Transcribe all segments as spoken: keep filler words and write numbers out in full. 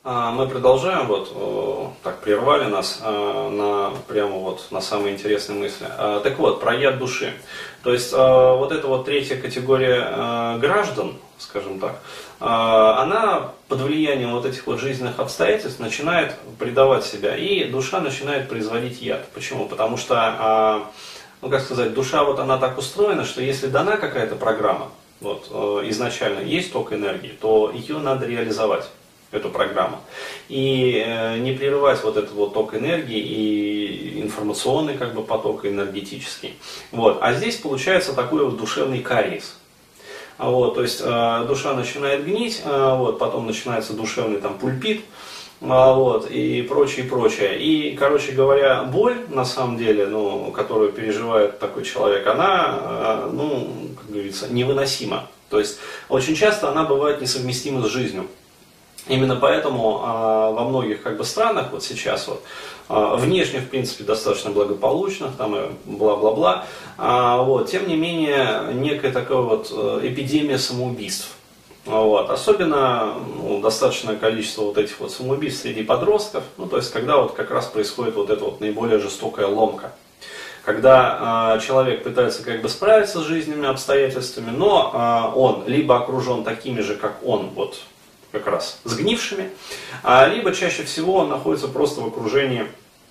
А, Мы продолжаем, вот о, так прервали нас а, на прямо вот на самые интересные мысли. А, Так вот, про яд души. То есть а, вот эта вот третья категория а, граждан, скажем так, а, она под влиянием вот этих вот жизненных обстоятельств начинает предавать себя, и душа начинает производить яд. Почему? Потому что, а, ну как сказать, душа вот она так устроена, что если дана какая-то программа, вот э, изначально есть ток энергии, то ее надо реализовать, эту программу. И э, не прерывать вот этот вот ток энергии и информационный как бы поток энергетический. Вот. А здесь получается такой вот душевный кариес. Вот, то есть э, душа начинает гнить, э, вот, потом начинается душевный там пульпит, э, вот, и прочее, прочее. И, короче говоря, боль, на самом деле, ну, которую переживает такой человек, она, э, ну, как говорится, невыносима. То есть очень часто она бывает несовместима с жизнью. Именно поэтому а, во многих как бы странах вот сейчас вот а, внешне в принципе достаточно благополучных там и бла-бла-бла, а, вот, тем не менее некая такая вот эпидемия самоубийств. Вот. Особенно ну, достаточное количество вот этих вот самоубийств среди подростков, ну то есть когда вот как раз происходит вот эта вот наиболее жестокая ломка. Когда э, человек пытается как бы справиться с жизненными обстоятельствами, но э, он либо окружен такими же, как он, вот как раз сгнившими, а, либо чаще всего он находится просто в окружении,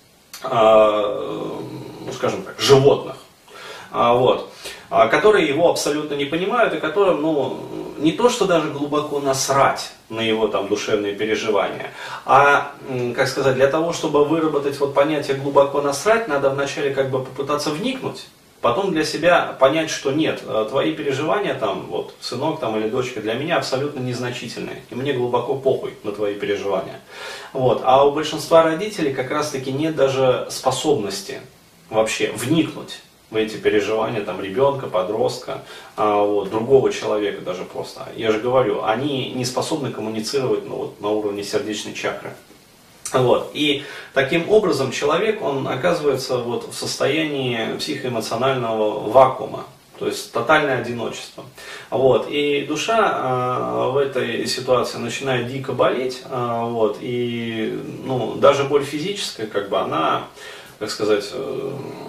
а, ну скажем так, животных, а, вот, а, которые его абсолютно не понимают и которым, ну, не то что даже глубоко насрать на его там душевные переживания, а, как сказать, для того, чтобы выработать вот понятие глубоко насрать, надо вначале как бы попытаться вникнуть. Потом для себя понять, что нет, твои переживания, там, вот, сынок там, или дочка, для меня абсолютно незначительные. И мне глубоко похуй на твои переживания. Вот. А у большинства родителей как раз таки нет даже способности вообще вникнуть в эти переживания там, ребенка, подростка, а, вот, другого человека даже просто. Я же говорю, они не способны коммуницировать ну, вот, на уровне сердечной чакры. Вот. И таким образом человек, он оказывается вот в состоянии психоэмоционального вакуума, то есть тотальное одиночество. Вот. И душа э, в этой ситуации начинает дико болеть, э, вот. И ну, даже боль физическая, как бы она, как сказать, э,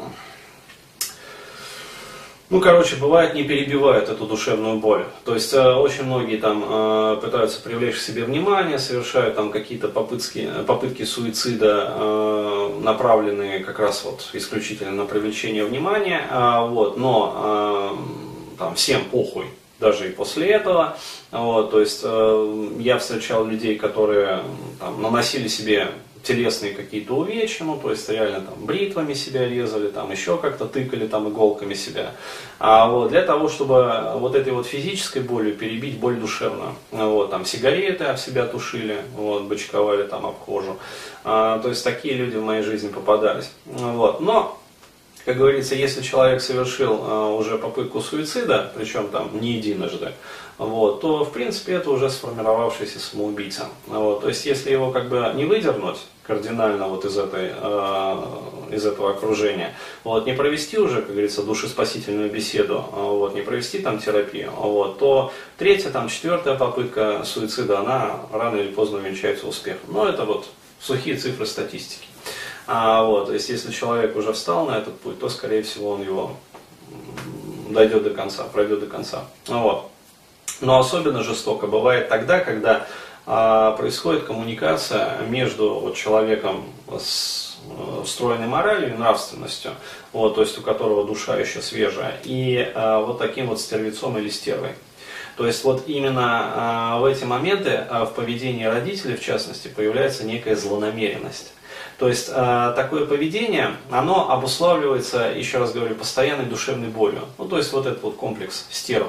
ну, короче, бывает, не перебивает эту душевную боль. То есть э, очень многие там э, пытаются привлечь к себе внимание, совершают там какие-то попытки, попытки суицида, э, направленные как раз вот исключительно на привлечение внимания, э, вот, но э, там всем похуй. Даже и после этого. Вот, то есть э, я встречал людей, которые там, наносили себе телесные какие-то увечья, ну, то есть реально там бритвами себя резали, там еще как-то тыкали там иголками себя. А вот для того, чтобы вот этой вот физической болью перебить боль душевную. Вот, там сигареты об себя тушили, вот, бочковали там об кожу. А, то есть такие люди в моей жизни попадались. Вот, но как говорится, если человек совершил э, уже попытку суицида, причем там не единожды, вот, то в принципе это уже сформировавшийся самоубийца. Вот, то есть если его как бы не выдернуть кардинально вот из, этой, э, из этого окружения, вот, не провести уже, как говорится, душеспасительную беседу, вот, не провести там терапию, вот, то третья, там, четвертая попытка суицида, она рано или поздно увенчается успехом. Но это вот сухие цифры статистики. А, вот, то есть, если человек уже встал на этот путь, то, скорее всего, он его дойдет до конца, пройдет до конца. Вот. Но особенно жестоко бывает тогда, когда а, происходит коммуникация между вот, человеком с встроенной моралью и нравственностью, вот, то есть у которого душа еще свежая, и а, вот таким вот стервецом или стервой. То есть вот именно а, в эти моменты а, в поведении родителей, в частности, появляется некая злонамеренность. То есть э, такое поведение, оно обуславливается, еще раз говорю, постоянной душевной болью. Ну, то есть вот этот вот комплекс стервы,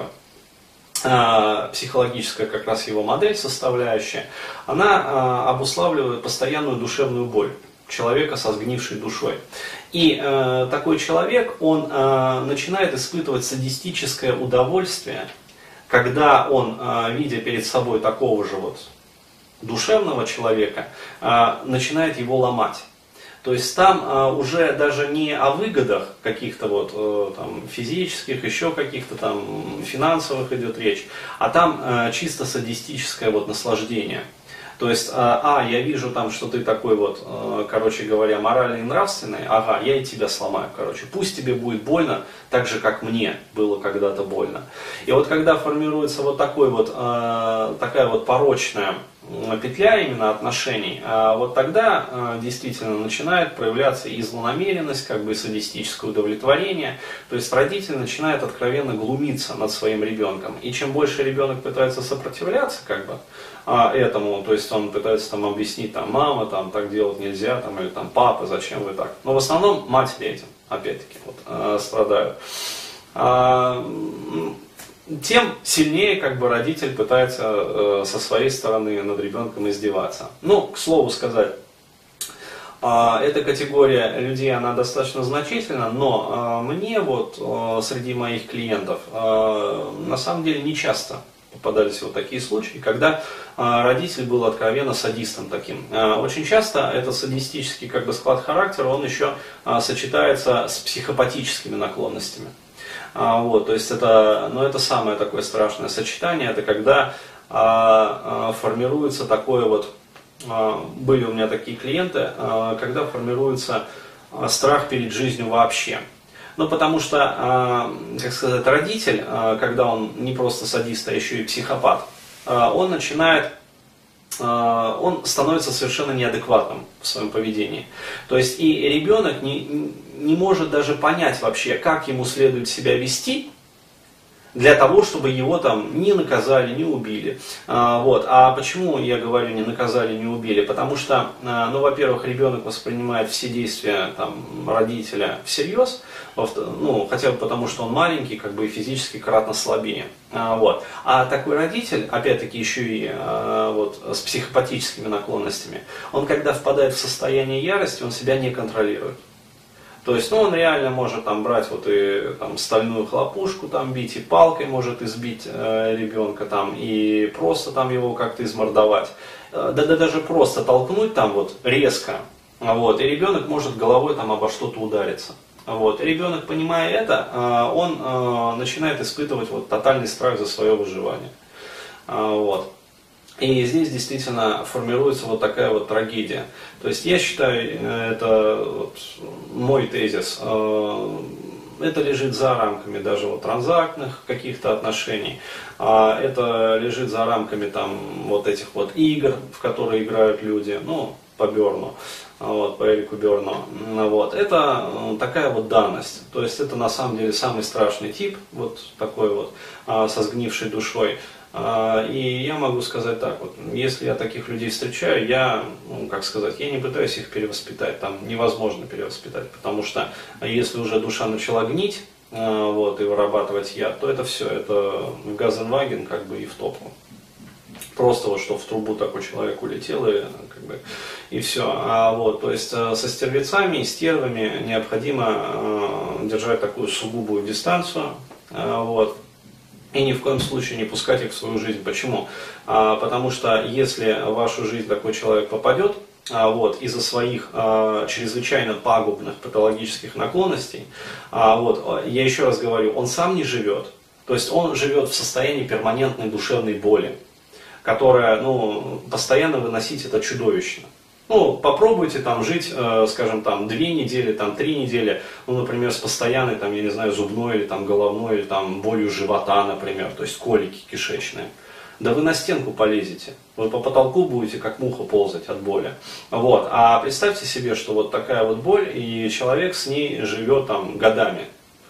э, психологическая как раз его модель составляющая, она э, обуславливает постоянную душевную боль человека со сгнившей душой. И э, такой человек, он э, начинает испытывать садистическое удовольствие, когда он, э, видя перед собой такого же вот душевного человека, а, начинает его ломать. То есть там а, уже даже не о выгодах каких-то вот а, там, физических, еще каких-то там финансовых идет речь, а там а, чисто садистическое вот наслаждение. То есть, а, а, я вижу там, что ты такой вот, короче говоря, моральный и нравственный, ага, я и тебя сломаю, короче. Пусть тебе будет больно, так же, как мне было когда-то больно. И вот когда формируется вот такой вот, такая вот порочная петля именно отношений, вот тогда действительно начинает проявляться и злонамеренность, как бы и садистическое удовлетворение. То есть родитель начинает откровенно глумиться над своим ребенком. И чем больше ребенок пытается сопротивляться, как бы, этому, то есть он пытается там объяснить, там, мама, там, так делать нельзя, там, или там, папа, зачем вы так. Но в основном матери этим, опять-таки, вот, страдают. Тем сильнее как бы родитель пытается э, со своей стороны над ребенком издеваться. Ну, к слову сказать, э, эта категория людей, она достаточно значительна, но э, мне вот э, среди моих клиентов э, на самом деле не часто попадались вот такие случаи, когда э, родитель был откровенно садистом таким. Э, очень часто этот садистический как бы склад характера, он еще э, сочетается с психопатическими наклонностями. А, вот, то есть это, ну, это самое такое страшное сочетание, это когда а, а, формируется такое вот, а, были у меня такие клиенты, а, когда формируется а, страх перед жизнью вообще. Ну, потому что, а, как сказать, родитель, а, когда он не просто садист, а еще и психопат, а, он начинает, а, он становится совершенно неадекватным в своем поведении. То есть и ребенок не, не может даже понять вообще, как ему следует себя вести, для того, чтобы его там не наказали, не убили. А, вот. А почему я говорю не наказали, не убили? Потому что, ну, во-первых, ребенок воспринимает все действия там, родителя всерьез, ну, хотя бы потому, что он маленький, как бы и физически кратно слабее. А, вот. А такой родитель, опять-таки еще и а, вот, с психопатическими наклонностями, он когда впадает в состояние ярости, он себя не контролирует. То есть, ну, он реально может там брать вот и там стальную хлопушку там бить, и палкой может избить э, ребенка там, и просто там его как-то измордовать. Да, да даже просто толкнуть там вот резко, вот, и ребенок может головой там обо что-то удариться. Вот, и ребенок, понимая это, э, он э, начинает испытывать вот тотальный страх за свое выживание. Э, вот. И здесь действительно формируется вот такая вот трагедия. То есть я считаю, это вот мой тезис, это лежит за рамками даже вот транзактных каких-то отношений, это лежит за рамками там вот этих вот игр, в которые играют люди, ну, по Берну, вот, по Эрику Берну. Вот. Это такая вот данность. То есть это на самом деле самый страшный тип, вот такой вот, со сгнившей душой. И я могу сказать так, вот, если я таких людей встречаю, я, ну, как сказать, я не пытаюсь их перевоспитать, там невозможно перевоспитать, потому что если уже душа начала гнить, вот, и вырабатывать яд, то это все, это в Газенваген, как бы, и в топку. Просто вот, что в трубу такой человек улетел, и, как бы, и все. А, вот, то есть со стервецами и стервами необходимо держать такую сугубую дистанцию, вот. И ни в коем случае не пускать их в свою жизнь. Почему? А, потому что если в вашу жизнь такой человек попадет, а, вот, из-за своих а, чрезвычайно пагубных патологических наклонностей, а, вот, я еще раз говорю, он сам не живет. То есть он живет в состоянии перманентной душевной боли, которая, ну, постоянно выносить это чудовищно. Ну, попробуйте там жить, э, скажем, там, две недели, там, три недели, ну, например, с постоянной, там, я не знаю, зубной или там головной, или там болью живота, например, то есть колики кишечные. Да вы на стенку полезете, вы по потолку будете как муха ползать от боли. Вот. А представьте себе, что вот такая вот боль, и человек с ней живет там годами.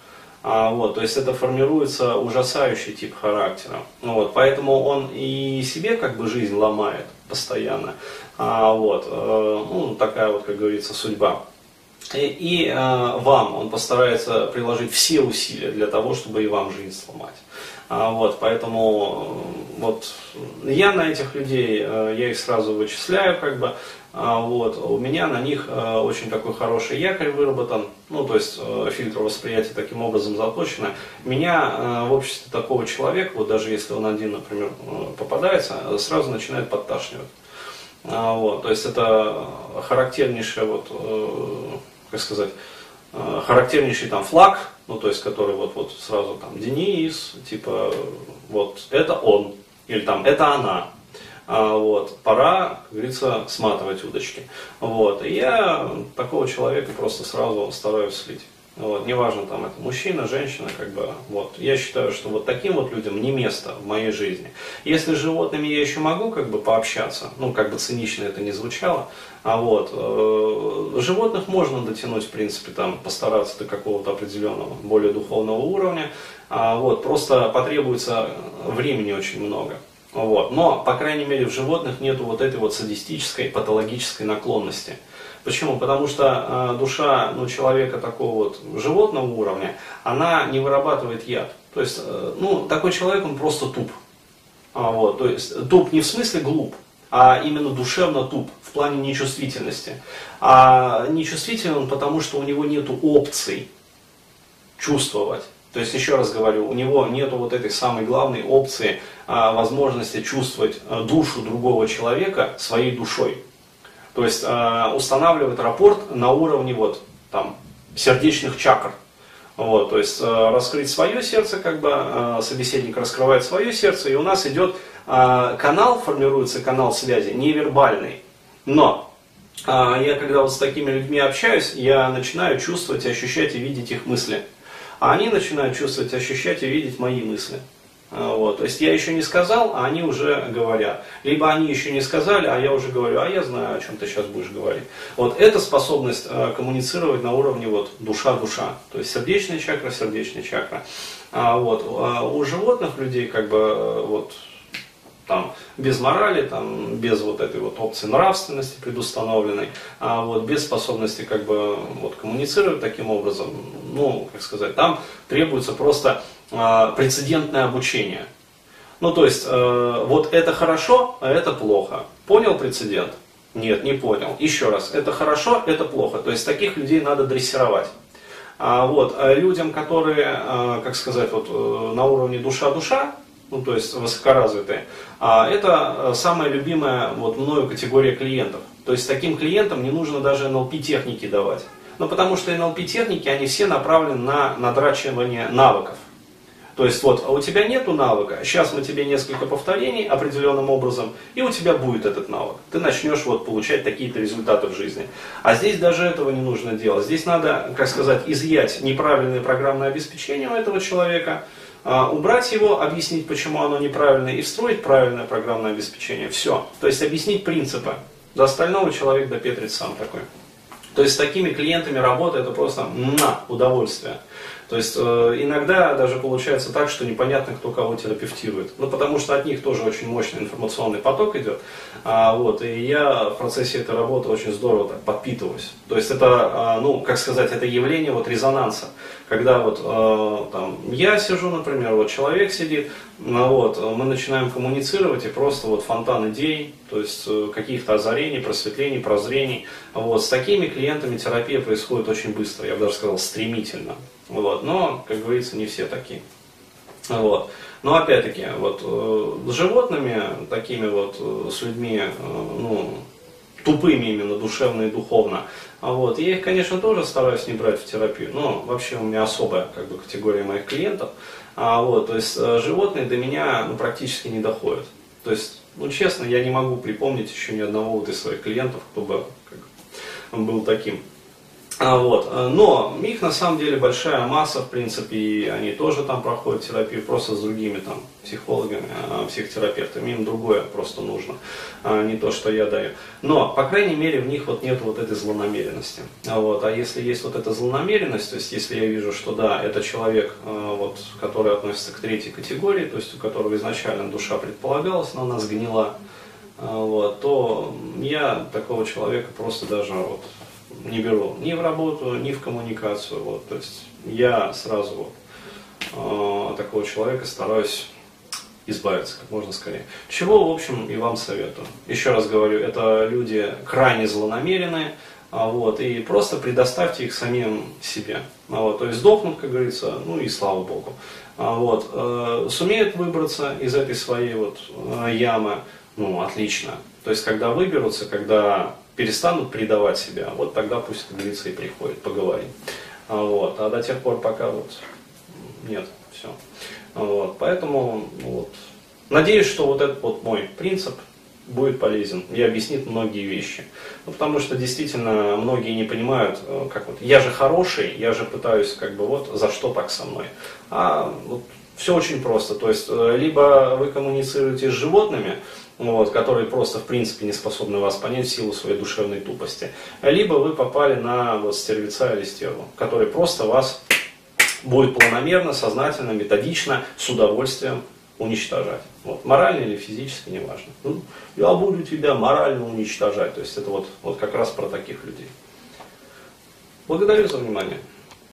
А, вот, то есть это формируется ужасающий тип характера. Вот, поэтому он и себе как бы жизнь ломает постоянно. А, вот, э, ну, такая вот, как говорится, судьба. И, и э, вам он постарается приложить все усилия для того, чтобы и вам жизнь сломать. А, вот, поэтому вот, я на этих людей, э, я их сразу вычисляю, как бы. А, вот, у меня на них э, очень такой хороший якорь выработан, ну, то есть э, фильтр восприятия таким образом заточено. Меня э, в обществе такого человека, вот даже если он один, например, попадается, сразу начинает подташнивать. А, вот, то есть это характернейший, вот, э, как сказать, э, характернейший там флаг, ну, то есть который вот, вот сразу там Денис, типа, вот это он, или там это она. а, вот, пора, как говорится, сматывать удочки. Вот, и я такого человека просто сразу стараюсь слить. Вот, неважно, там это мужчина, женщина, как бы, вот. Я считаю, что вот таким вот людям не место в моей жизни. Если с животными я еще могу как бы пообщаться, ну, как бы цинично это не звучало, а вот, э, животных можно дотянуть, в принципе, там, постараться до какого-то определенного, более духовного уровня, а вот, просто потребуется времени очень много. Вот. Но, по крайней мере, в животных нету вот этой вот садистической, патологической наклонности. Почему? Потому что э, душа, ну, человека такого вот животного уровня, она не вырабатывает яд. То есть, э, ну, такой человек, он просто туп. А, вот, то есть, туп не в смысле глуп, а именно душевно туп, в плане нечувствительности. А нечувствителен он потому, что у него нету опций чувствовать. То есть, еще раз говорю, у него нету вот этой самой главной опции, а, возможности чувствовать душу другого человека своей душой. То есть э, устанавливает рапорт на уровне вот, там, сердечных чакр. Вот, то есть э, раскрыть свое сердце, как бы э, собеседник раскрывает свое сердце, и у нас идет э, канал, формируется канал связи невербальный. Но э, я когда вот с такими людьми общаюсь, я начинаю чувствовать, ощущать и видеть их мысли. А они начинают чувствовать, ощущать и видеть мои мысли. Вот, то есть я еще не сказал, а они уже говорят. Либо они еще не сказали, а я уже говорю, а я знаю, о чем ты сейчас будешь говорить. Вот эта способность э, коммуницировать на уровне вот, душа-душа. То есть сердечная чакра, сердечная чакра. А, вот, а у животных людей как бы вот, там, без морали, там, без вот этой вот опции нравственности предустановленной, а вот, без способности как бы, вот, коммуницировать таким образом, ну, как сказать, там требуется просто э, прецедентное обучение. Ну, то есть, э, вот это хорошо, а это плохо. Понял прецедент? Нет, не понял. Еще раз, это хорошо, это плохо. То есть, таких людей надо дрессировать. А вот, а людям, которые, э, как сказать, вот, э, на уровне душа-душа, ну, то есть высокоразвитые, а это самая любимая вот мною категория клиентов. То есть таким клиентам не нужно даже эн эл пи техники давать. Ну, потому что эн эл пи техники, они все направлены на надрачивание навыков. То есть вот, а у тебя нету навыка, сейчас мы тебе несколько повторений определенным образом, и у тебя будет этот навык. Ты начнешь вот получать такие-то результаты в жизни. А здесь даже этого не нужно делать. Здесь надо, как сказать, изъять неправильное программное обеспечение у этого человека, убрать его, объяснить, почему оно неправильное, и встроить правильное программное обеспечение. Все. То есть объяснить принципы. До остального человек допетрит сам такой. То есть с такими клиентами работа это просто на удовольствие. То есть э, иногда даже получается так, что непонятно, кто кого терапевтирует. Ну, потому что от них тоже очень мощный информационный поток идет. А, вот, и я в процессе этой работы очень здорово так подпитываюсь. То есть это, а, ну, как сказать, это явление вот резонанса. Когда вот э, там, я сижу, например, вот человек сидит, ну, вот, мы начинаем коммуницировать, и просто вот фонтан идей, то есть э, каких-то озарений, просветлений, прозрений. Вот, с такими клиентами терапия происходит очень быстро, я бы даже сказал, стремительно. Вот, но, как говорится, не все такие. Вот. Но опять-таки, вот, э, с животными, такими вот, э, с людьми, э, ну, тупыми именно, душевно и духовно, вот, я их, конечно, тоже стараюсь не брать в терапию, но вообще у меня особая как бы, категория моих клиентов. А, вот, то есть э, животные до меня ну, практически не доходят. То есть, ну, честно, я не могу припомнить еще ни одного вот из своих клиентов, кто бы как, был таким. А, вот. Но их на самом деле большая масса, в принципе, и они тоже там проходят терапию, просто с другими там психологами, психотерапевтами, им другое просто нужно, а не то, что я даю. Но, по крайней мере, в них вот нет вот этой злонамеренности. А, вот. а если есть вот эта злонамеренность, то есть если я вижу, что да, это человек, вот, который относится к третьей категории, то есть у которого изначально душа предполагалась, но она сгнила, вот, то я такого человека просто даже вот, не беру ни в работу, ни в коммуникацию. Вот. То есть я сразу вот, э, от такого человека стараюсь избавиться как можно скорее. Чего, в общем, и вам советую. Еще раз говорю, это люди крайне злонамеренные, а, вот, и просто предоставьте их самим себе. А, вот, то есть сдохнут, как говорится, ну и слава Богу. А, вот, э, сумеют выбраться из этой своей вот, э, ямы, ну отлично. То есть когда выберутся, когда перестанут предавать себя, вот тогда пусть, как говорится, и приходит, поговорим. А, вот. а до тех пор, пока вот нет, все. Вот. Поэтому вот, надеюсь, что вот этот вот мой принцип будет полезен и объяснит многие вещи. Ну, потому что действительно многие не понимают, как вот, я же хороший, я же пытаюсь, как бы вот, за что так со мной. А вот, все очень просто, то есть, либо вы коммуницируете с животными, вот, которые просто в принципе не способны вас понять в силу своей душевной тупости, либо вы попали на вот, стервеца или стерву, который просто вас будет планомерно, сознательно, методично, с удовольствием уничтожать. Вот, морально или физически, неважно. Ну, я буду тебя морально уничтожать. То есть это вот, вот как раз про таких людей. Благодарю за внимание.